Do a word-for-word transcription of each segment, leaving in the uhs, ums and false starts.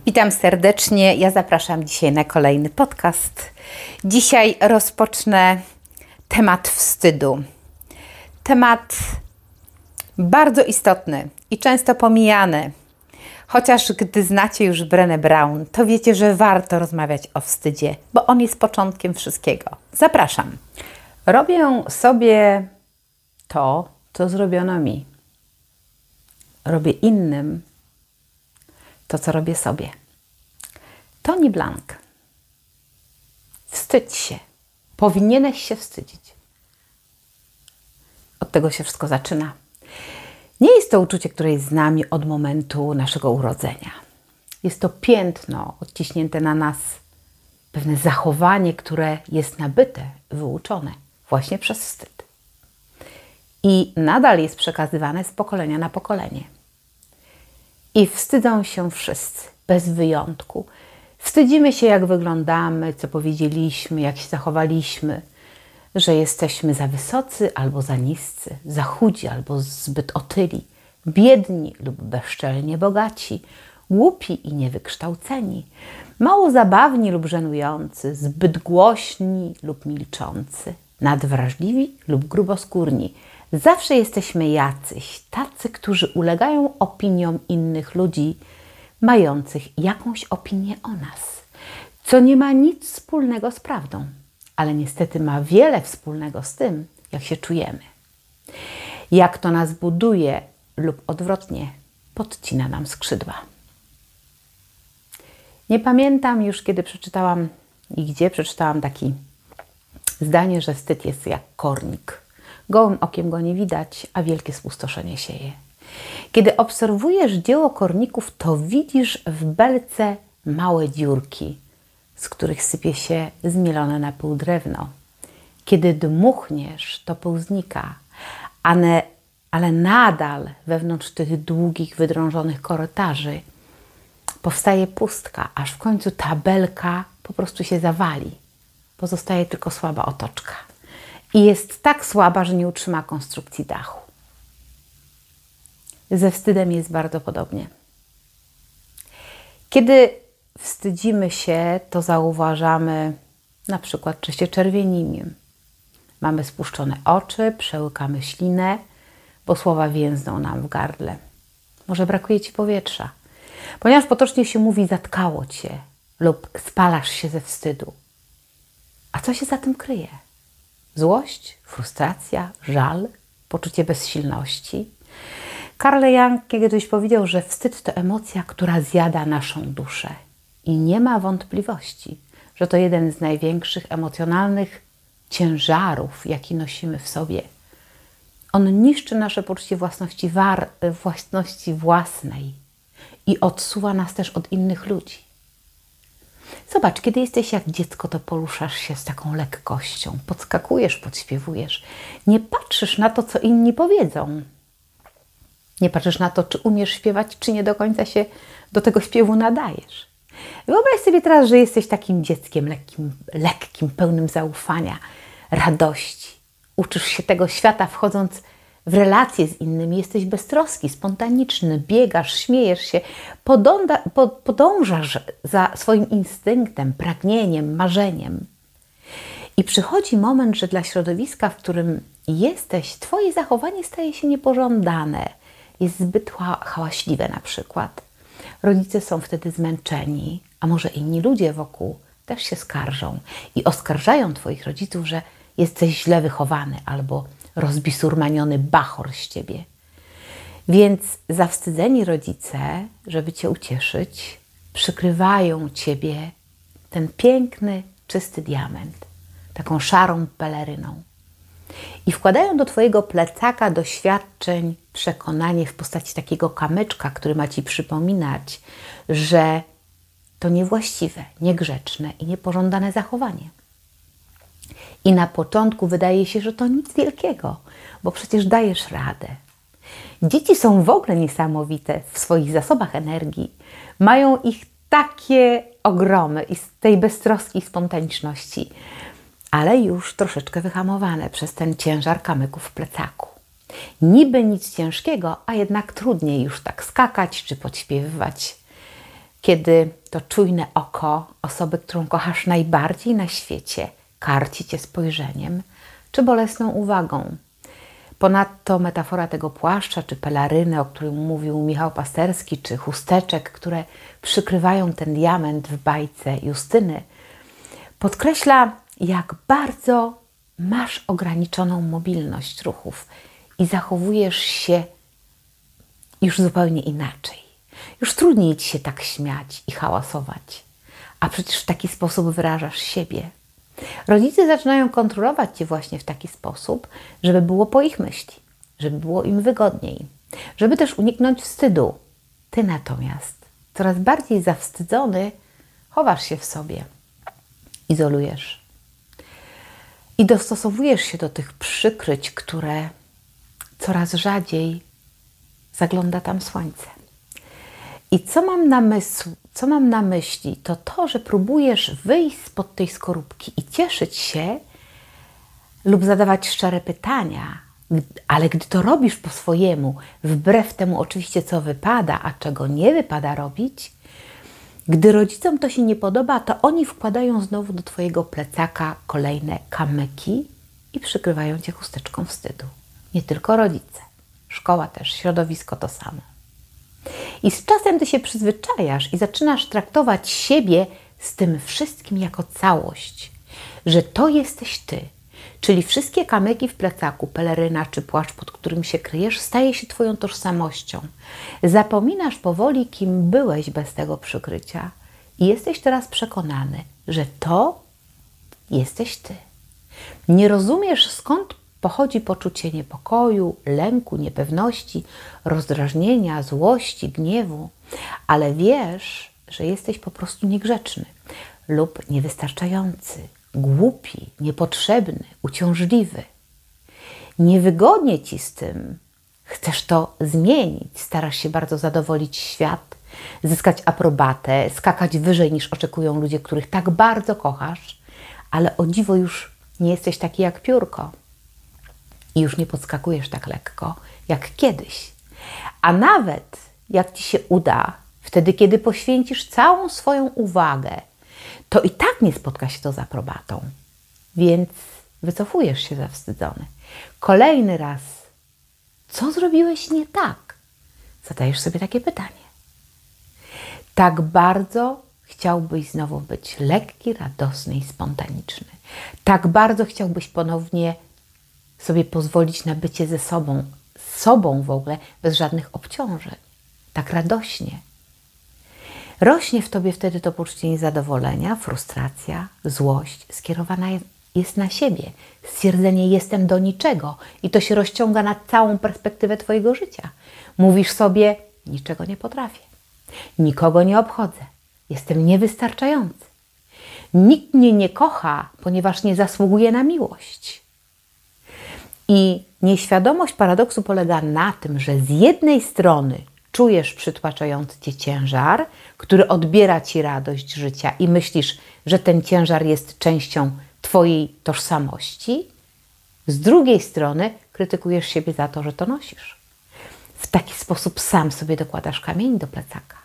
Witam serdecznie. Ja zapraszam dzisiaj na kolejny podcast. Dzisiaj rozpocznę temat wstydu. Temat bardzo istotny i często pomijany. Chociaż gdy znacie już Brené Brown, to wiecie, że warto rozmawiać o wstydzie, bo on jest początkiem wszystkiego. Zapraszam. Robię sobie to, co zrobiono mi. Robię innym to, co robię sobie. Tony Blanc. Wstydź się. Powinieneś się wstydzić. Od tego się wszystko zaczyna. Nie jest to uczucie, które jest z nami od momentu naszego urodzenia. Jest to piętno odciśnięte na nas, pewne zachowanie, które jest nabyte, wyuczone właśnie przez wstyd. I nadal jest przekazywane z pokolenia na pokolenie. I wstydzą się wszyscy, bez wyjątku. Wstydzimy się, jak wyglądamy, co powiedzieliśmy, jak się zachowaliśmy, że jesteśmy za wysocy albo za niscy, za chudzi albo zbyt otyli, biedni lub bezczelnie bogaci, głupi i niewykształceni, mało zabawni lub żenujący, zbyt głośni lub milczący, nadwrażliwi lub gruboskórni. Zawsze jesteśmy jacyś, tacy, którzy ulegają opiniom innych ludzi, mających jakąś opinię o nas, co nie ma nic wspólnego z prawdą, ale niestety ma wiele wspólnego z tym, jak się czujemy. Jak to nas buduje lub odwrotnie, podcina nam skrzydła. Nie pamiętam już, kiedy przeczytałam i gdzie przeczytałam takie zdanie, że wstyd jest jak kornik. Gołym okiem go nie widać, a wielkie spustoszenie sieje. Kiedy obserwujesz dzieło korników, to widzisz w belce małe dziurki, z których sypie się zmielone na pył drewno. Kiedy dmuchniesz, to pył znika, ale, ale nadal wewnątrz tych długich, wydrążonych korytarzy powstaje pustka, aż w końcu ta belka po prostu się zawali. Pozostaje tylko słaba otoczka. I jest tak słaba, że nie utrzyma konstrukcji dachu. Ze wstydem jest bardzo podobnie. Kiedy wstydzimy się, to zauważamy na przykład, że się czerwienimy. Mamy spuszczone oczy, przełykamy ślinę, bo słowa więzną nam w gardle. Może brakuje Ci powietrza, ponieważ potocznie się mówi zatkało Cię lub spalasz się ze wstydu. A co się za tym kryje? Złość, frustracja, żal, poczucie bezsilności. Carl Jung kiedyś powiedział, że wstyd to emocja, która zjada naszą duszę. I nie ma wątpliwości, że to jeden z największych emocjonalnych ciężarów, jaki nosimy w sobie. On niszczy nasze poczucie własności, war, własności własnej i odsuwa nas też od innych ludzi. Zobacz, kiedy jesteś jak dziecko, to poruszasz się z taką lekkością, podskakujesz, podśpiewujesz. Nie patrzysz na to, co inni powiedzą. Nie patrzysz na to, czy umiesz śpiewać, czy nie do końca się do tego śpiewu nadajesz. Wyobraź sobie teraz, że jesteś takim dzieckiem lekkim, lekkim, pełnym zaufania, radości. Uczysz się tego świata, wchodząc w relacje z innymi. Jesteś beztroski, spontaniczny, biegasz, śmiejesz się, podąda, po, podążasz za swoim instynktem, pragnieniem, marzeniem. I przychodzi moment, że dla środowiska, w którym jesteś, Twoje zachowanie staje się niepożądane. Jest zbyt hałaśliwe na przykład. Rodzice są wtedy zmęczeni, a może inni ludzie wokół też się skarżą i oskarżają Twoich rodziców, że jesteś źle wychowany albo rozbisurmaniony bachor z Ciebie. Więc zawstydzeni rodzice, żeby Cię ucieszyć, przykrywają Ciebie ten piękny, czysty diament, taką szarą peleryną. I wkładają do Twojego plecaka doświadczeń przekonanie w postaci takiego kamyczka, który ma Ci przypominać, że to niewłaściwe, niegrzeczne i niepożądane zachowanie. I na początku wydaje się, że to nic wielkiego, bo przecież dajesz radę. Dzieci są w ogóle niesamowite w swoich zasobach energii. Mają ich takie ogromy i z tej beztroski i spontaniczności, ale już troszeczkę wyhamowane przez ten ciężar kamyków w plecaku. Niby nic ciężkiego, a jednak trudniej już tak skakać czy podśpiewywać, kiedy to czujne oko osoby, którą kochasz najbardziej na świecie, karci cię spojrzeniem czy bolesną uwagą. Ponadto metafora tego płaszcza czy pelaryny, o którym mówił Michał Pasterski, czy chusteczek, które przykrywają ten diament w bajce Justyny, podkreśla, jak bardzo masz ograniczoną mobilność ruchów i zachowujesz się już zupełnie inaczej. Już trudniej ci się tak śmiać i hałasować, a przecież w taki sposób wyrażasz siebie. Rodzice zaczynają kontrolować cię właśnie w taki sposób, żeby było po ich myśli, żeby było im wygodniej, żeby też uniknąć wstydu. Ty natomiast, coraz bardziej zawstydzony, chowasz się w sobie, izolujesz i dostosowujesz się do tych przykryć, które coraz rzadziej zagląda tam słońce. I co mam na mysł, co mam na myśli, to to, że próbujesz wyjść spod tej skorupki i cieszyć się lub zadawać szczere pytania, ale gdy to robisz po swojemu, wbrew temu oczywiście, co wypada, a czego nie wypada robić, gdy rodzicom to się nie podoba, to oni wkładają znowu do twojego plecaka kolejne kamyki i przykrywają cię chusteczką wstydu. Nie tylko rodzice, szkoła też, środowisko to samo. I z czasem ty się przyzwyczajasz i zaczynasz traktować siebie z tym wszystkim jako całość, że to jesteś ty, czyli wszystkie kamyki w plecaku, peleryna czy płaszcz, pod którym się kryjesz, staje się twoją tożsamością. Zapominasz powoli, kim byłeś bez tego przykrycia i jesteś teraz przekonany, że to jesteś ty. Nie rozumiesz, skąd pochodzi poczucie niepokoju, lęku, niepewności, rozdrażnienia, złości, gniewu, ale wiesz, że jesteś po prostu niegrzeczny lub niewystarczający, głupi, niepotrzebny, uciążliwy. Niewygodnie ci z tym. Chcesz to zmienić, starasz się bardzo zadowolić świat, zyskać aprobatę, skakać wyżej niż oczekują ludzie, których tak bardzo kochasz, ale o dziwo już nie jesteś taki jak piórko. I już nie podskakujesz tak lekko jak kiedyś. A nawet jak ci się uda, wtedy kiedy poświęcisz całą swoją uwagę, to i tak nie spotka się to z aprobatą. Więc wycofujesz się zawstydzony. Kolejny raz, co zrobiłeś nie tak? Zadajesz sobie takie pytanie. Tak bardzo chciałbyś znowu być lekki, radosny i spontaniczny. Tak bardzo chciałbyś ponownie sobie pozwolić na bycie ze sobą, z sobą w ogóle, bez żadnych obciążeń. Tak radośnie. Rośnie w tobie wtedy to poczucie niezadowolenia, frustracja, złość skierowana jest na siebie. Stwierdzenie jestem do niczego i to się rozciąga na całą perspektywę twojego życia. Mówisz sobie, niczego nie potrafię, nikogo nie obchodzę, jestem niewystarczający. Nikt mnie nie kocha, ponieważ nie zasługuje na miłość. I nieświadomość paradoksu polega na tym, że z jednej strony czujesz przytłaczający cię ciężar, który odbiera ci radość życia i myślisz, że ten ciężar jest częścią twojej tożsamości. Z drugiej strony krytykujesz siebie za to, że to nosisz. W taki sposób sam sobie dokładasz kamień do plecaka.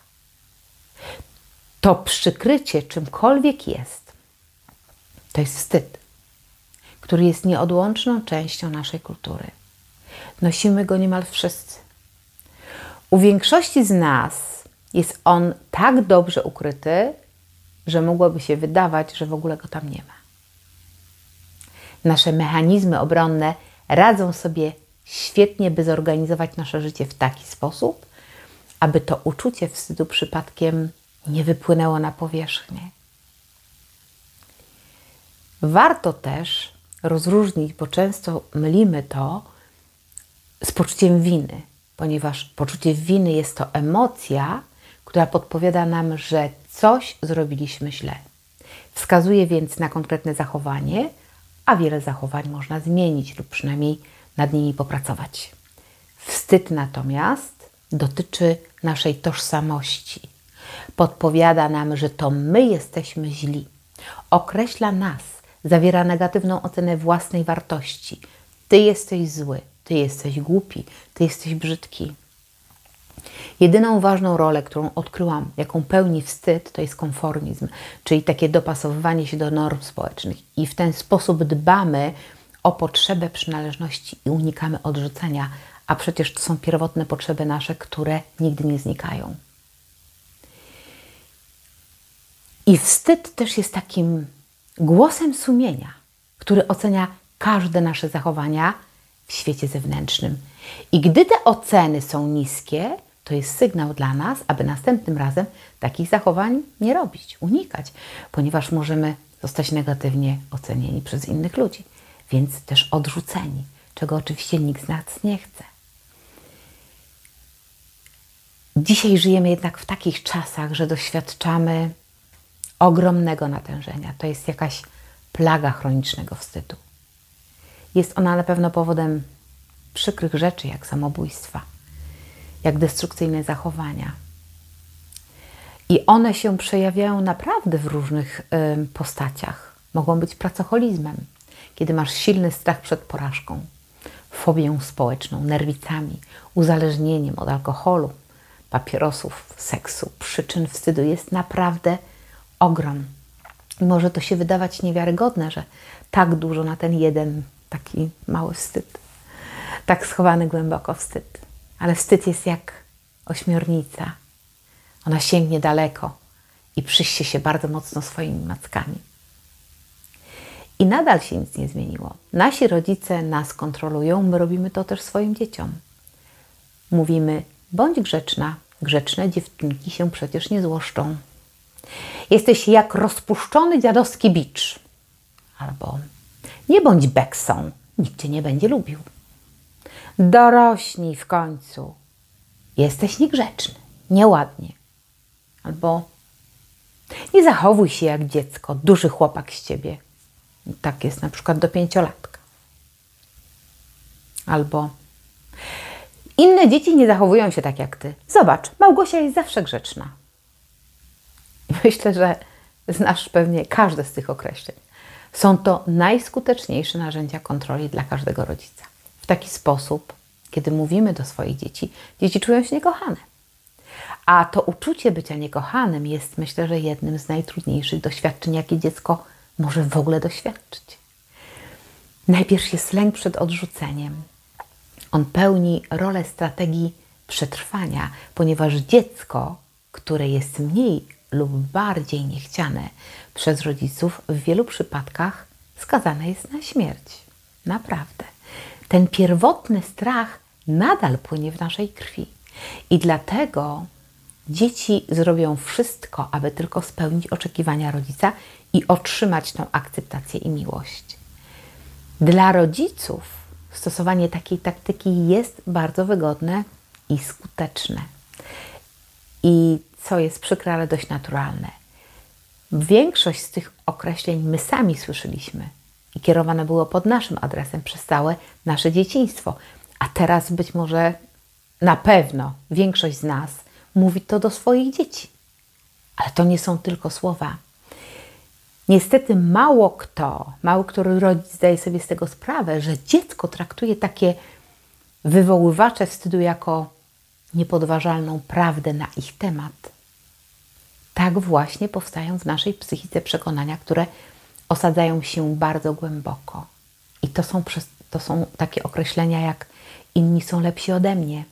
To przykrycie czymkolwiek jest, to jest wstyd, który jest nieodłączną częścią naszej kultury. Nosimy go niemal wszyscy. U większości z nas jest on tak dobrze ukryty, że mogłoby się wydawać, że w ogóle go tam nie ma. Nasze mechanizmy obronne radzą sobie świetnie, by zorganizować nasze życie w taki sposób, aby to uczucie wstydu przypadkiem nie wypłynęło na powierzchnię. Warto też rozróżnić, bo często mylimy to z poczuciem winy, ponieważ poczucie winy jest to emocja, która podpowiada nam, że coś zrobiliśmy źle. Wskazuje więc na konkretne zachowanie, a wiele zachowań można zmienić lub przynajmniej nad nimi popracować. Wstyd natomiast dotyczy naszej tożsamości. Podpowiada nam, że to my jesteśmy źli. Określa nas, zawiera negatywną ocenę własnej wartości. Ty jesteś zły, ty jesteś głupi, ty jesteś brzydki. Jedyną ważną rolę, którą odkryłam, jaką pełni wstyd, to jest konformizm, czyli takie dopasowywanie się do norm społecznych. I w ten sposób dbamy o potrzebę przynależności i unikamy odrzucenia, a przecież to są pierwotne potrzeby nasze, które nigdy nie znikają. I wstyd też jest takim głosem sumienia, który ocenia każde nasze zachowania w świecie zewnętrznym. I gdy te oceny są niskie, to jest sygnał dla nas, aby następnym razem takich zachowań nie robić, unikać, ponieważ możemy zostać negatywnie ocenieni przez innych ludzi, więc też odrzuceni, czego oczywiście nikt z nas nie chce. Dzisiaj żyjemy jednak w takich czasach, że doświadczamy ogromnego natężenia. To jest jakaś plaga chronicznego wstydu. Jest ona na pewno powodem przykrych rzeczy, jak samobójstwa, jak destrukcyjne zachowania. I one się przejawiają naprawdę w różnych y, postaciach. Mogą być pracoholizmem, kiedy masz silny strach przed porażką, fobią społeczną, nerwicami, uzależnieniem od alkoholu, papierosów, seksu. Przyczyn wstydu jest naprawdę ogrom. I może to się wydawać niewiarygodne, że tak dużo na ten jeden taki mały wstyd. Tak schowany głęboko wstyd. Ale wstyd jest jak ośmiornica. Ona sięgnie daleko i przyście się bardzo mocno swoimi mackami. I nadal się nic nie zmieniło. Nasi rodzice nas kontrolują, my robimy to też swoim dzieciom. Mówimy, bądź grzeczna, grzeczne dziewczynki się przecież nie złoszczą. Jesteś jak rozpuszczony dziadowski bicz. Albo nie bądź beksą, nikt cię nie będzie lubił. Dorośnij w końcu. Jesteś niegrzeczny, nieładnie. Albo nie zachowuj się jak dziecko, duży chłopak z ciebie. Tak jest na przykład do pięciolatka. Albo inne dzieci nie zachowują się tak jak ty. Zobacz, Małgosia jest zawsze grzeczna. Myślę, że znasz pewnie każde z tych określeń. Są to najskuteczniejsze narzędzia kontroli dla każdego rodzica. W taki sposób, kiedy mówimy do swoich dzieci, dzieci czują się niekochane. A to uczucie bycia niekochanym jest, myślę, że jednym z najtrudniejszych doświadczeń, jakie dziecko może w ogóle doświadczyć. Najpierw jest lęk przed odrzuceniem. On pełni rolę strategii przetrwania, ponieważ dziecko, które jest mniej lub bardziej niechciane przez rodziców, w wielu przypadkach skazane jest na śmierć. Naprawdę. Ten pierwotny strach nadal płynie w naszej krwi. I dlatego dzieci zrobią wszystko, aby tylko spełnić oczekiwania rodzica i otrzymać tą akceptację i miłość. Dla rodziców stosowanie takiej taktyki jest bardzo wygodne i skuteczne. I co jest przykre, ale dość naturalne. Większość z tych określeń my sami słyszeliśmy i kierowane było pod naszym adresem przez całe nasze dzieciństwo. A teraz być może na pewno większość z nas mówi to do swoich dzieci. Ale to nie są tylko słowa. Niestety mało kto, mało który rodzic zdaje sobie z tego sprawę, że dziecko traktuje takie wywoływacze wstydu jako niepodważalną prawdę na ich temat. Tak właśnie powstają w naszej psychice przekonania, które osadzają się bardzo głęboko. I to są, to są takie określenia jak inni są lepsi ode mnie.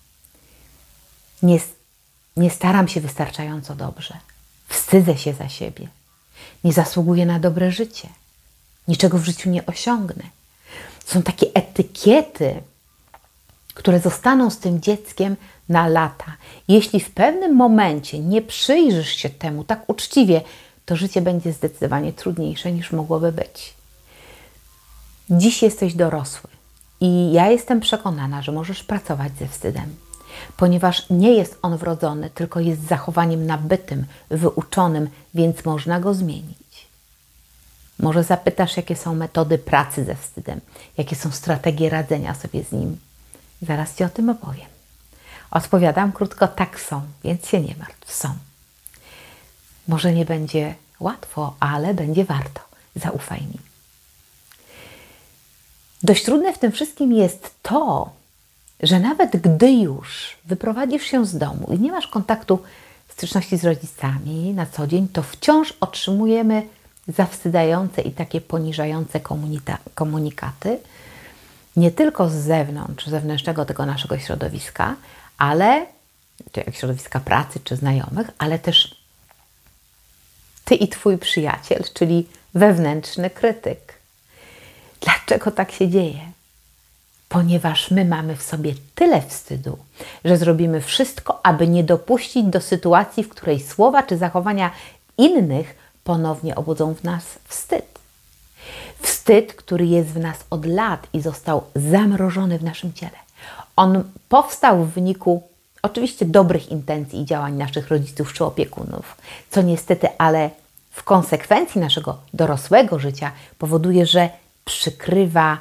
Nie, nie staram się wystarczająco dobrze. Wstydzę się za siebie. Nie zasługuję na dobre życie. Niczego w życiu nie osiągnę. Są takie etykiety, które zostaną z tym dzieckiem na lata. Jeśli w pewnym momencie nie przyjrzysz się temu tak uczciwie, to życie będzie zdecydowanie trudniejsze niż mogłoby być. Dziś jesteś dorosły i ja jestem przekonana, że możesz pracować ze wstydem, ponieważ nie jest on wrodzony, tylko jest zachowaniem nabytym, wyuczonym, więc można go zmienić. Może zapytasz, jakie są metody pracy ze wstydem, jakie są strategie radzenia sobie z nim. Zaraz Ci o tym opowiem. Odpowiadam krótko, tak są, więc się nie martw, są. Może nie będzie łatwo, ale będzie warto. Zaufaj mi. Dość trudne w tym wszystkim jest to, że nawet gdy już wyprowadzisz się z domu i nie masz kontaktu, styczności z rodzicami na co dzień, to wciąż otrzymujemy zawstydzające i takie poniżające komunikaty, nie tylko z zewnątrz, zewnętrznego tego naszego środowiska, ale, czy jak środowiska pracy, czy znajomych, ale też ty i twój przyjaciel, czyli wewnętrzny krytyk. Dlaczego tak się dzieje? Ponieważ my mamy w sobie tyle wstydu, że zrobimy wszystko, aby nie dopuścić do sytuacji, w której słowa czy zachowania innych ponownie obudzą w nas wstyd. Wstyd, który jest w nas od lat i został zamrożony w naszym ciele. On powstał w wyniku oczywiście dobrych intencji i działań naszych rodziców czy opiekunów, co niestety, ale w konsekwencji naszego dorosłego życia powoduje, że przykrywa,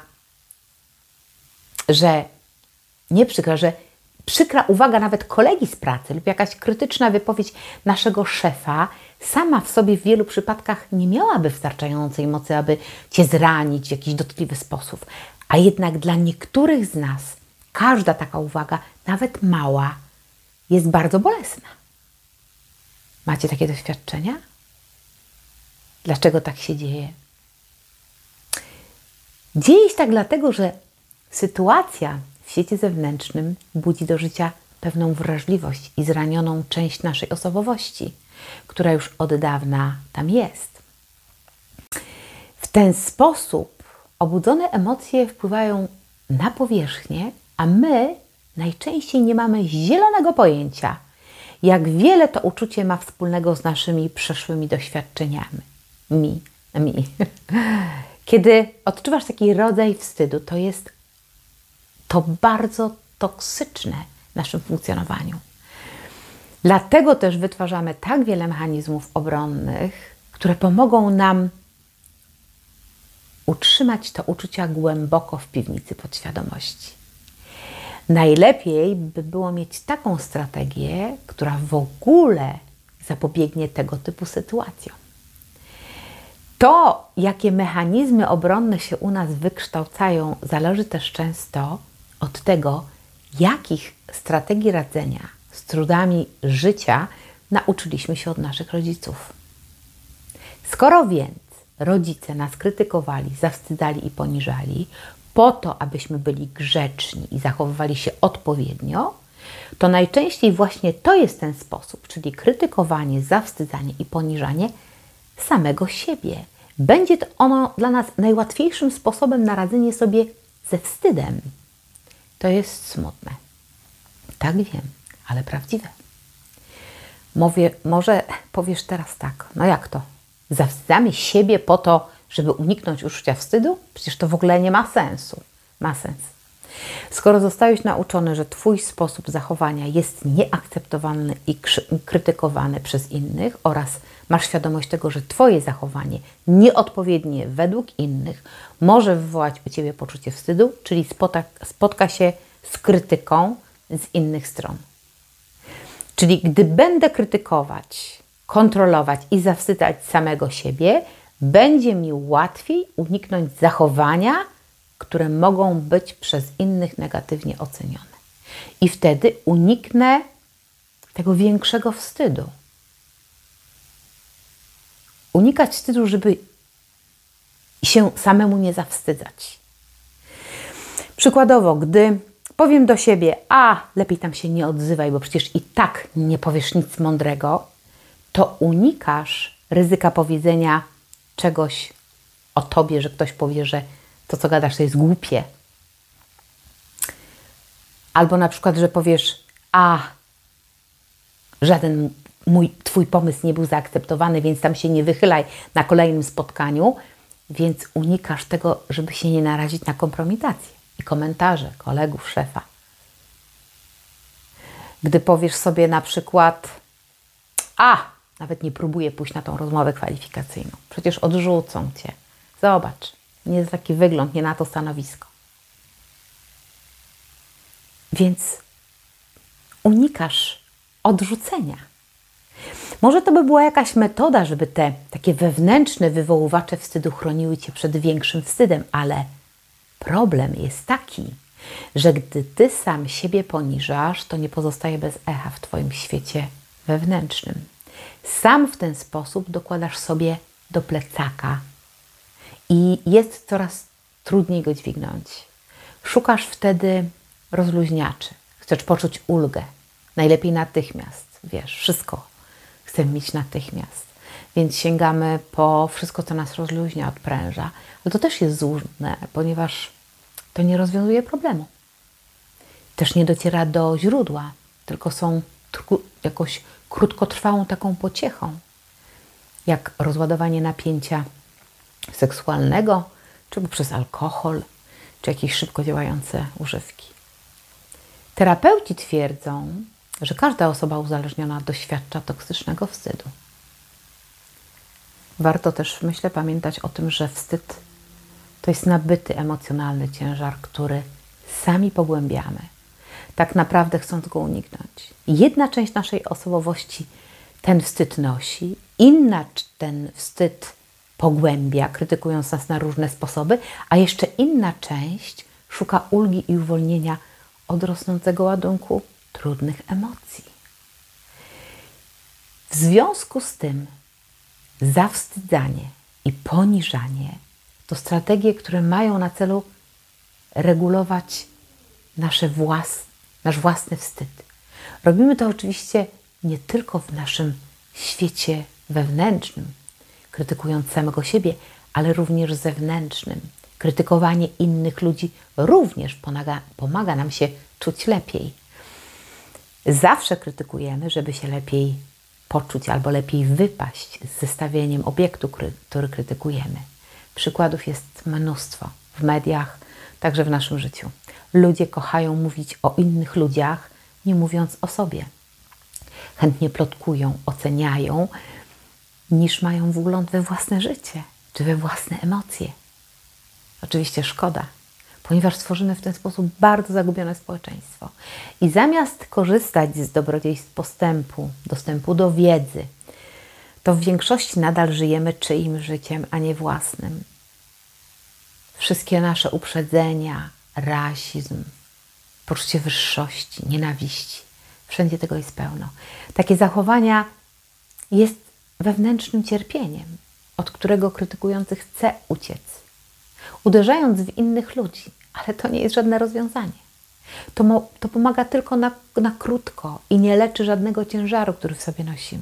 że nie przykra, że przykra uwaga nawet kolegi z pracy lub jakaś krytyczna wypowiedź naszego szefa sama w sobie w wielu przypadkach nie miałaby wystarczającej mocy, aby Cię zranić w jakiś dotkliwy sposób. A jednak dla niektórych z nas każda taka uwaga, nawet mała, jest bardzo bolesna. Macie takie doświadczenia? Dlaczego tak się dzieje? Dzieje się tak dlatego, że sytuacja w świecie zewnętrznym budzi do życia pewną wrażliwość i zranioną część naszej osobowości, która już od dawna tam jest. W ten sposób obudzone emocje wpływają na powierzchnię, a my najczęściej nie mamy zielonego pojęcia, jak wiele to uczucie ma wspólnego z naszymi przeszłymi doświadczeniami. Mi, mi. Kiedy odczuwasz taki rodzaj wstydu, to jest to bardzo toksyczne w naszym funkcjonowaniu. Dlatego też wytwarzamy tak wiele mechanizmów obronnych, które pomogą nam utrzymać to uczucia głęboko w piwnicy podświadomości. Najlepiej by było mieć taką strategię, która w ogóle zapobiegnie tego typu sytuacjom. To, jakie mechanizmy obronne się u nas wykształcają, zależy też często od tego, jakich strategii radzenia z trudami życia nauczyliśmy się od naszych rodziców. Skoro więc rodzice nas krytykowali, zawstydzali i poniżali po to, abyśmy byli grzeczni i zachowywali się odpowiednio, to najczęściej właśnie to jest ten sposób, czyli krytykowanie, zawstydzanie i poniżanie samego siebie. Będzie to ono dla nas najłatwiejszym sposobem na radzenie sobie ze wstydem. To jest smutne. Tak wiem, ale prawdziwe. Mówię, może powiesz teraz tak, no jak to? Zawstydzamy siebie po to, żeby uniknąć uczucia wstydu? Przecież to w ogóle nie ma sensu. Ma sens. Skoro zostałeś nauczony, że Twój sposób zachowania jest nieakceptowalny i krytykowany przez innych oraz masz świadomość tego, że Twoje zachowanie nieodpowiednie według innych może wywołać u Ciebie poczucie wstydu, czyli spotka, spotka się z krytyką z innych stron. Czyli gdy będę krytykować, kontrolować i zawstydzać samego siebie, będzie mi łatwiej uniknąć zachowania, które mogą być przez innych negatywnie ocenione. I wtedy uniknę tego większego wstydu. Unikać wstydu, żeby się samemu nie zawstydzać. Przykładowo, gdy powiem do siebie, a lepiej tam się nie odzywaj, bo przecież i tak nie powiesz nic mądrego, to unikasz ryzyka powiedzenia czegoś o tobie, że ktoś powie, że to, co gadasz, to jest głupie. Albo na przykład, że powiesz, a żaden mój, twój pomysł nie był zaakceptowany, więc tam się nie wychylaj na kolejnym spotkaniu, więc unikasz tego, żeby się nie narazić na kompromitację i komentarze kolegów, szefa. Gdy powiesz sobie na przykład, a nawet nie próbuję pójść na tą rozmowę kwalifikacyjną, przecież odrzucą cię. Zobacz, nie jest taki wygląd, nie na to stanowisko. Więc unikasz odrzucenia. Może to by była jakaś metoda, żeby te takie wewnętrzne wywoływacze wstydu chroniły cię przed większym wstydem, ale problem jest taki, Że gdy Ty sam siebie poniżasz, to nie pozostaje bez echa w Twoim świecie wewnętrznym. Sam w ten sposób dokładasz sobie do plecaka i jest coraz trudniej go dźwignąć. Szukasz wtedy rozluźniaczy. Chcesz poczuć ulgę. Najlepiej natychmiast. Wiesz, wszystko chcemy mieć natychmiast. Więc sięgamy po wszystko, co nas rozluźnia, odpręża. Ale to też jest złudne, ponieważ to nie rozwiązuje problemu. Też nie dociera do źródła, tylko są jakoś krótkotrwałą taką pociechą, jak rozładowanie napięcia seksualnego, czy poprzez alkohol, czy jakieś szybko działające używki. Terapeuci twierdzą, że każda osoba uzależniona doświadcza toksycznego wstydu. Warto też, myślę, pamiętać o tym, że wstyd to jest nabyty emocjonalny ciężar, który sami pogłębiamy, tak naprawdę chcąc go uniknąć. Jedna część naszej osobowości ten wstyd nosi, inna ten wstyd pogłębia, krytykując nas na różne sposoby, a jeszcze inna część szuka ulgi i uwolnienia od rosnącego ładunku trudnych emocji. W związku z tym zawstydzanie i poniżanie to strategie, które mają na celu regulować nasze włas, nasz własny wstyd. Robimy to oczywiście nie tylko w naszym świecie wewnętrznym, krytykując samego siebie, ale również zewnętrznym. Krytykowanie innych ludzi również pomaga, pomaga nam się czuć lepiej. Zawsze krytykujemy, żeby się lepiej poczuć albo lepiej wypaść z zestawieniem obiektu, który krytykujemy. Przykładów jest mnóstwo w mediach, także w naszym życiu. Ludzie kochają mówić o innych ludziach, nie mówiąc o sobie. Chętnie plotkują, oceniają, niż mają wgląd we własne życie czy we własne emocje. Oczywiście szkoda, ponieważ stworzymy w ten sposób bardzo zagubione społeczeństwo. I zamiast korzystać z dobrodziejstw postępu, dostępu do wiedzy, to w większości nadal żyjemy czyimś życiem, a nie własnym. Wszystkie nasze uprzedzenia, rasizm, poczucie wyższości, nienawiści, wszędzie tego jest pełno. Takie zachowania jest wewnętrznym cierpieniem, od którego krytykujący chce uciec, uderzając w innych ludzi, ale to nie jest żadne rozwiązanie. To, mo, to pomaga tylko na, na krótko i nie leczy żadnego ciężaru, który w sobie nosimy.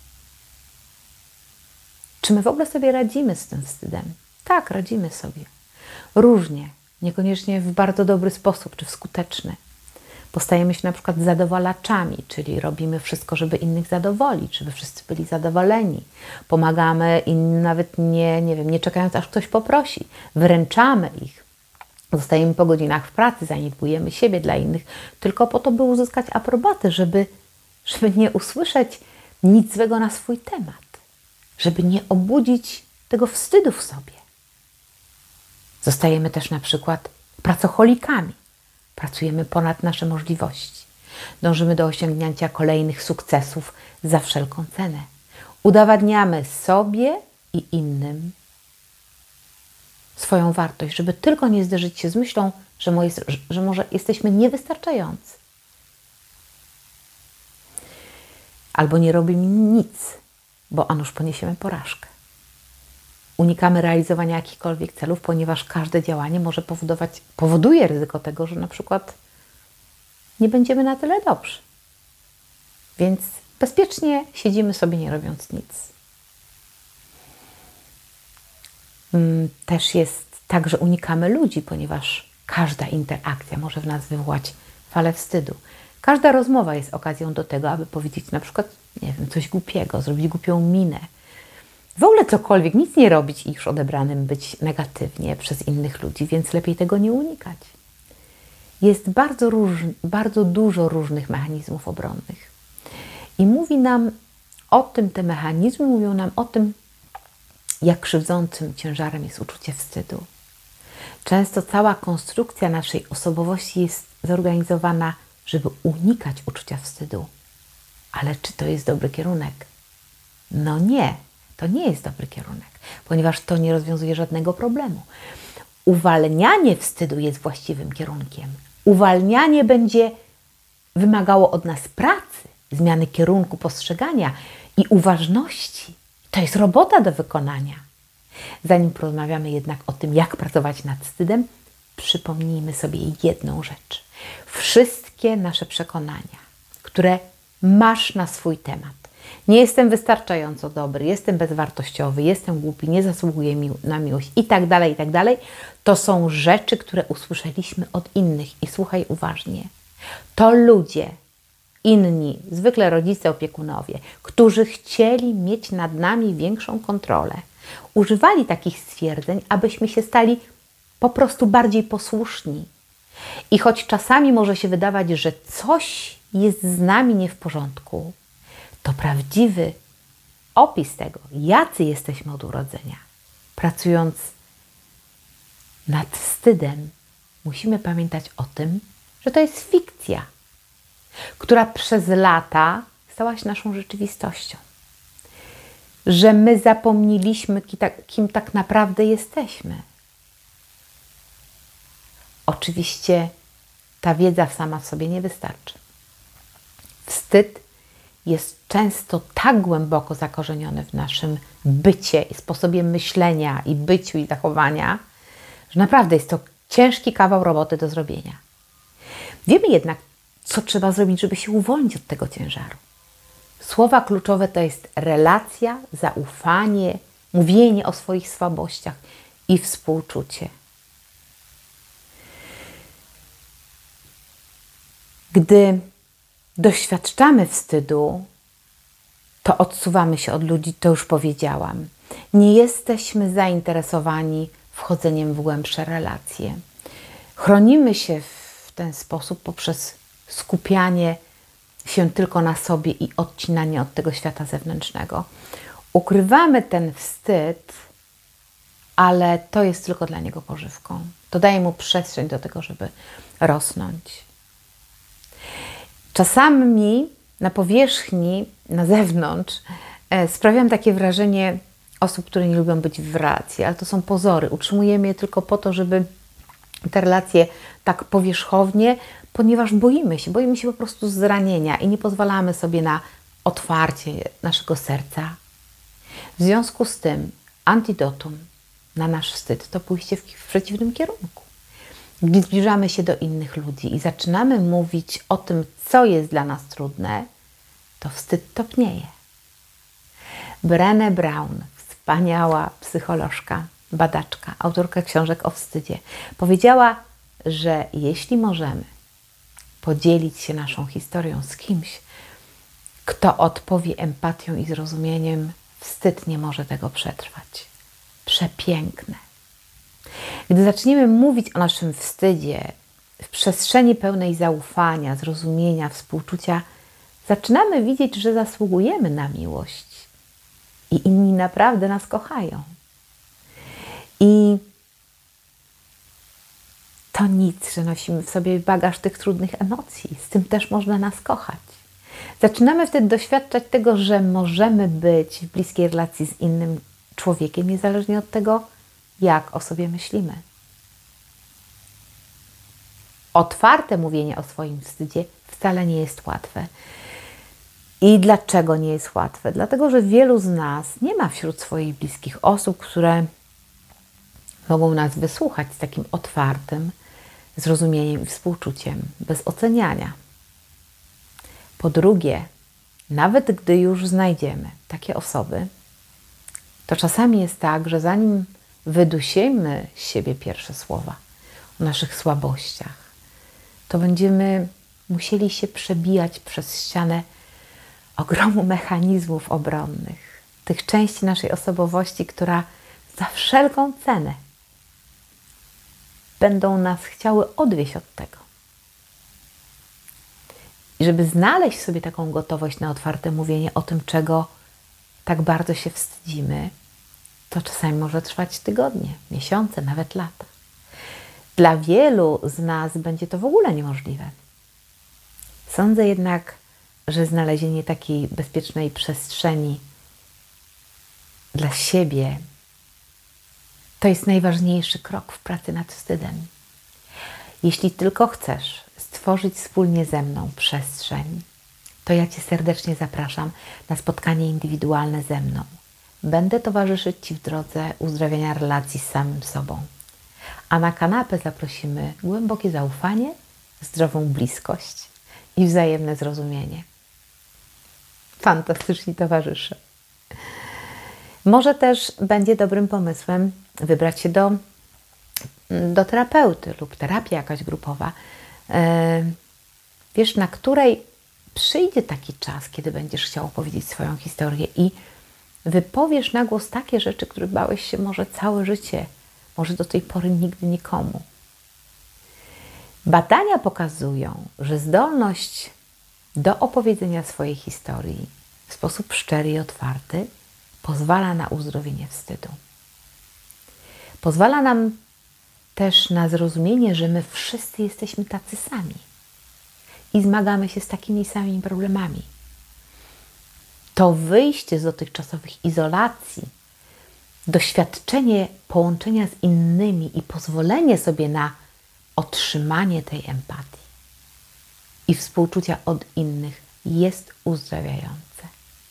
Czy my w ogóle sobie radzimy z tym wstydem? Tak, radzimy sobie. Różnie, niekoniecznie w bardzo dobry sposób czy w skuteczny. Bo stajemy się na przykład zadowalaczami, czyli robimy wszystko, żeby innych zadowolić, żeby wszyscy byli zadowoleni. Pomagamy im nawet nie, nie wiem, nie czekając, aż ktoś poprosi. Wręczamy ich. Zostajemy po godzinach w pracy, zaniedbujemy siebie dla innych, tylko po to, by uzyskać aprobatę, żeby, żeby nie usłyszeć nic złego na swój temat. Żeby nie obudzić tego wstydu w sobie. Zostajemy też na przykład pracocholikami. Pracujemy ponad nasze możliwości. Dążymy do osiągnięcia kolejnych sukcesów za wszelką cenę. Udowadniamy sobie i innym swoją wartość, żeby tylko nie zderzyć się z myślą, że, mo jest, że może jesteśmy niewystarczający. Albo nie robimy nic, bo a nuż poniesiemy porażkę. Unikamy realizowania jakichkolwiek celów, ponieważ każde działanie może powodować, powoduje ryzyko tego, że na przykład nie będziemy na tyle dobrzy. Więc bezpiecznie siedzimy sobie, nie robiąc nic. Też jest tak, że unikamy ludzi, ponieważ każda interakcja może w nas wywołać falę wstydu. Każda rozmowa jest okazją do tego, aby powiedzieć na przykład, nie wiem, coś głupiego, zrobić głupią minę. W ogóle cokolwiek, nic nie robić i już odebranym być negatywnie przez innych ludzi, więc lepiej tego nie unikać. Jest bardzo, róż, bardzo dużo różnych mechanizmów obronnych. I mówi nam o tym, te mechanizmy mówią nam o tym, jak krzywdzącym ciężarem jest uczucie wstydu. Często cała konstrukcja naszej osobowości jest zorganizowana, żeby unikać uczucia wstydu. Ale czy to jest dobry kierunek? No nie. To nie jest dobry kierunek, ponieważ to nie rozwiązuje żadnego problemu. uwalnianie wstydu jest właściwym kierunkiem. Uwalnianie będzie wymagało od nas pracy, zmiany kierunku postrzegania i uważności. To jest robota do wykonania. Zanim porozmawiamy jednak o tym, jak pracować nad wstydem, przypomnijmy sobie jedną rzecz. Wszystkie nasze przekonania, które masz na swój temat. Nie jestem wystarczająco dobry, jestem bezwartościowy, jestem głupi, nie zasługuję mi na miłość i tak dalej, i tak dalej. To są rzeczy, które usłyszeliśmy od innych. I słuchaj uważnie. To ludzie, inni, zwykle rodzice, opiekunowie, którzy chcieli mieć nad nami większą kontrolę, używali takich stwierdzeń, abyśmy się stali po prostu bardziej posłuszni. I choć czasami może się wydawać, że coś jest z nami nie w porządku, to prawdziwy opis tego, jacy jesteśmy od urodzenia. Pracując nad wstydem, musimy pamiętać o tym, że to jest fikcja, która przez lata stała się naszą rzeczywistością. Że my zapomnieliśmy, kim tak naprawdę jesteśmy. Oczywiście ta wiedza sama w sobie nie wystarczy. Wstyd jest często tak głęboko zakorzeniony w naszym bycie i sposobie myślenia i byciu i zachowania, że naprawdę jest to ciężki kawał roboty do zrobienia. Wiemy jednak, co trzeba zrobić, żeby się uwolnić od tego ciężaru. Słowa kluczowe to jest relacja, zaufanie, mówienie o swoich słabościach i współczucie. Gdy doświadczamy wstydu, to odsuwamy się od ludzi, to już powiedziałam. Nie jesteśmy zainteresowani wchodzeniem w głębsze relacje. Chronimy się w ten sposób poprzez skupianie się tylko na sobie i odcinanie od tego świata zewnętrznego. Ukrywamy ten wstyd, ale to jest tylko dla niego pożywką. To daje mu przestrzeń do tego, żeby rosnąć. Czasami na powierzchni, na zewnątrz e, sprawiam takie wrażenie osób, które nie lubią być w relacji, ale to są pozory. Utrzymujemy je tylko po to, żeby te relacje tak powierzchownie, ponieważ boimy się, boimy się po prostu zranienia i nie pozwalamy sobie na otwarcie naszego serca. W związku z tym antidotum na nasz wstyd to pójście w, w przeciwnym kierunku. Gdy zbliżamy się do innych ludzi i zaczynamy mówić o tym, co jest dla nas trudne, to wstyd topnieje. Brené Brown, wspaniała psycholożka, badaczka, autorka książek o wstydzie, powiedziała, że jeśli możemy podzielić się naszą historią z kimś, kto odpowie empatią i zrozumieniem, wstyd nie może tego przetrwać. Przepiękne. Gdy zaczniemy mówić o naszym wstydzie w przestrzeni pełnej zaufania, zrozumienia, współczucia, zaczynamy widzieć, że zasługujemy na miłość i inni naprawdę nas kochają. I to nic, że nosimy w sobie bagaż tych trudnych emocji. Z tym też można nas kochać. Zaczynamy wtedy doświadczać tego, że możemy być w bliskiej relacji z innym człowiekiem, niezależnie od tego, jak o sobie myślimy. Otwarte mówienie o swoim wstydzie wcale nie jest łatwe. I dlaczego nie jest łatwe? Dlatego, że wielu z nas nie ma wśród swoich bliskich osób, które mogą nas wysłuchać z takim otwartym zrozumieniem i współczuciem, bez oceniania. Po drugie, nawet gdy już znajdziemy takie osoby, to czasami jest tak, że zanim wydusimy z siebie pierwsze słowa o naszych słabościach, to będziemy musieli się przebijać przez ścianę ogromu mechanizmów obronnych, tych części naszej osobowości, która za wszelką cenę będą nas chciały odwieść od tego. I żeby znaleźć sobie taką gotowość na otwarte mówienie o tym, czego tak bardzo się wstydzimy, to czasami może trwać tygodnie, miesiące, nawet lata. Dla wielu z nas będzie to w ogóle niemożliwe. Sądzę jednak, że znalezienie takiej bezpiecznej przestrzeni dla siebie, To jest najważniejszy krok w pracy nad wstydem. Jeśli tylko chcesz stworzyć wspólnie ze mną przestrzeń, to ja Cię serdecznie zapraszam na spotkanie indywidualne ze mną. Będę towarzyszyć Ci w drodze uzdrawiania relacji z samym sobą. A na kanapę zaprosimy głębokie zaufanie, zdrową bliskość i wzajemne zrozumienie. Fantastyczni towarzysze. Może też będzie dobrym pomysłem wybrać się do, do terapeuty lub terapia jakaś grupowa, yy, wiesz, na której przyjdzie taki czas, kiedy będziesz chciał opowiedzieć swoją historię i wypowiesz na głos takie rzeczy, które bałeś się może całe życie, może do tej pory nigdy nikomu. Badania pokazują, że zdolność do opowiedzenia swojej historii w sposób szczery i otwarty pozwala na uzdrowienie wstydu. Pozwala nam też na zrozumienie, że my wszyscy jesteśmy tacy sami i zmagamy się z takimi samymi problemami. To wyjście z dotychczasowych izolacji, doświadczenie połączenia z innymi i pozwolenie sobie na otrzymanie tej empatii i współczucia od innych jest uzdrawiające.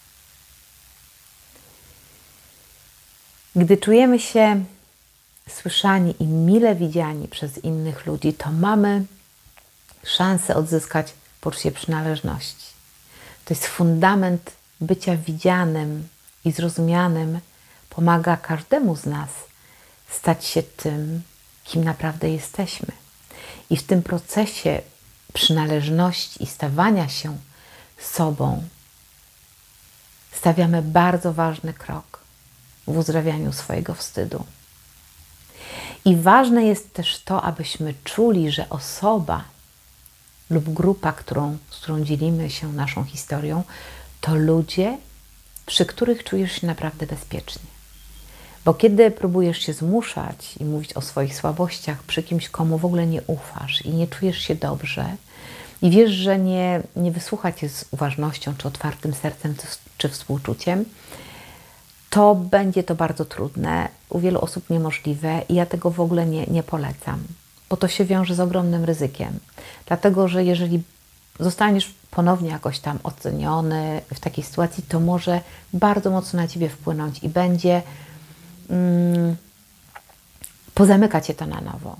Gdy czujemy się słyszani i mile widziani przez innych ludzi, to mamy szansę odzyskać poczucie przynależności. To jest fundament bycia widzianym i zrozumianym. Pomaga każdemu z nas stać się tym, kim naprawdę jesteśmy. I w tym procesie przynależności i stawania się sobą stawiamy bardzo ważny krok w uzdrawianiu swojego wstydu. I ważne jest też to, abyśmy czuli, że osoba lub grupa, którą, z którą dzielimy się naszą historią, to ludzie, przy których czujesz się naprawdę bezpiecznie. Bo kiedy próbujesz się zmuszać i mówić o swoich słabościach przy kimś, komu w ogóle nie ufasz i nie czujesz się dobrze i wiesz, że nie, nie wysłucha Cię z uważnością, czy otwartym sercem, czy współczuciem, to będzie to bardzo trudne, u wielu osób niemożliwe i ja tego w ogóle nie, nie polecam, bo to się wiąże z ogromnym ryzykiem. Dlatego, że jeżeli zostaniesz ponownie jakoś tam oceniony w takiej sytuacji, to może bardzo mocno na Ciebie wpłynąć i będzie mm, pozamyka Cię to na nowo.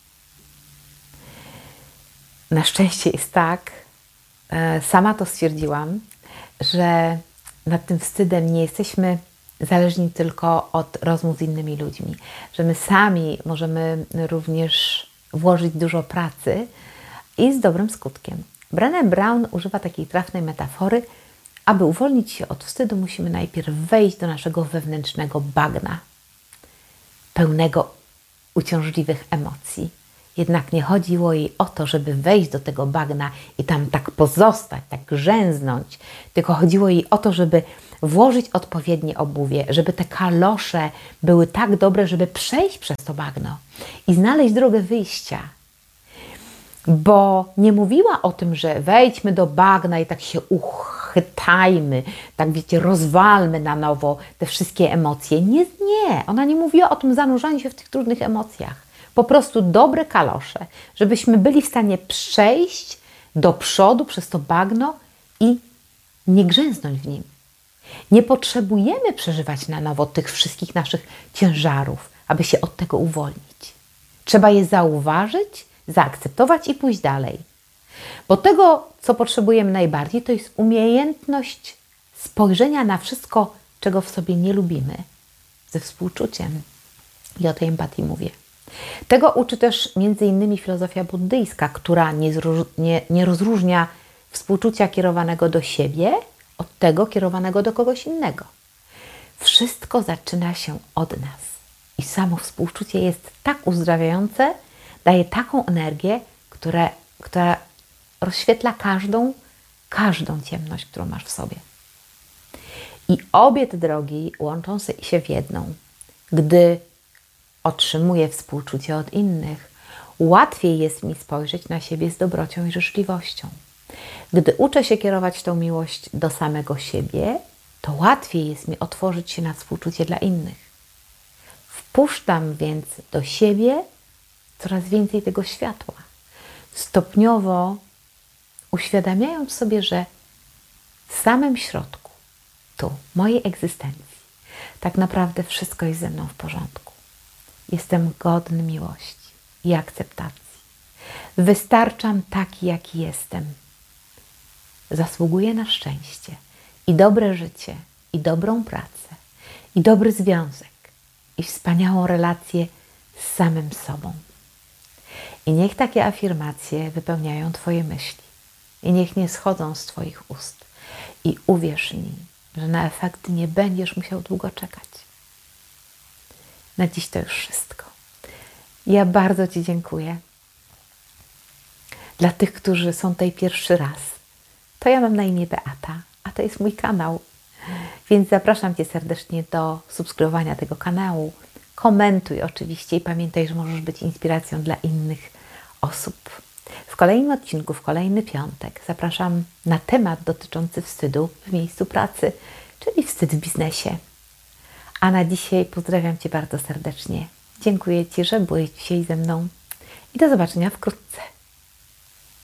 Na szczęście jest tak, e, sama to stwierdziłam, że nad tym wstydem nie jesteśmy zależni tylko od rozmów z innymi ludźmi, że my sami możemy również włożyć dużo pracy i z dobrym skutkiem. Brené Brown używa takiej trafnej metafory: aby uwolnić się od wstydu, musimy najpierw wejść do naszego wewnętrznego bagna, pełnego uciążliwych emocji. Jednak nie chodziło jej o to, żeby wejść do tego bagna i tam tak pozostać, tak grzęznąć, tylko chodziło jej o to, żeby włożyć odpowiednie obuwie, żeby te kalosze były tak dobre, żeby przejść przez to bagno i znaleźć drogę wyjścia. Bo nie mówiła o tym, że wejdźmy do bagna i tak się uchytajmy, tak wiecie, rozwalmy na nowo te wszystkie emocje. Nie, nie. Ona nie mówiła o tym zanurzaniu się w tych trudnych emocjach. Po prostu dobre kalosze, żebyśmy byli w stanie przejść do przodu przez to bagno i nie grzęznąć w nim. Nie potrzebujemy przeżywać na nowo tych wszystkich naszych ciężarów, aby się od tego uwolnić. Trzeba je zauważyć, zaakceptować i pójść dalej. Bo tego, co potrzebujemy najbardziej, to jest umiejętność spojrzenia na wszystko, czego w sobie nie lubimy, ze współczuciem. I o tej empatii mówię. Tego uczy też między innymi filozofia buddyjska, która nie, nie, nie rozróżnia współczucia kierowanego do siebie od tego kierowanego do kogoś innego. Wszystko zaczyna się od nas. I samo współczucie jest tak uzdrawiające, daje taką energię, która, która rozświetla każdą, każdą ciemność, którą masz w sobie. I obie te drogi łączą się w jedną. Gdy otrzymuję współczucie od innych, łatwiej jest mi spojrzeć na siebie z dobrocią i życzliwością. Gdy uczę się kierować tą miłość do samego siebie, to łatwiej jest mi otworzyć się na współczucie dla innych. Wpuszczam więc do siebie coraz więcej tego światła. Stopniowo uświadamiając sobie, że w samym środku, tu, mojej egzystencji, tak naprawdę wszystko jest ze mną w porządku. Jestem godny miłości i akceptacji. Wystarczam taki, jaki jestem. Zasługuję na szczęście i dobre życie, i dobrą pracę, i dobry związek, i wspaniałą relację z samym sobą. I niech takie afirmacje wypełniają Twoje myśli. I niech nie schodzą z Twoich ust. I uwierz mi, że na efekty nie będziesz musiał długo czekać. Na dziś to już wszystko. Ja bardzo Ci dziękuję. Dla tych, którzy są tutaj pierwszy raz, to ja mam na imię Beata, a to jest mój kanał. Więc zapraszam Cię serdecznie do subskrybowania tego kanału. Komentuj oczywiście i pamiętaj, że możesz być inspiracją dla innych osób. W kolejnym odcinku, w kolejny piątek zapraszam na temat dotyczący wstydu w miejscu pracy, czyli wstyd w biznesie. A na dzisiaj pozdrawiam Cię bardzo serdecznie. Dziękuję Ci, że byłeś dzisiaj ze mną i do zobaczenia wkrótce.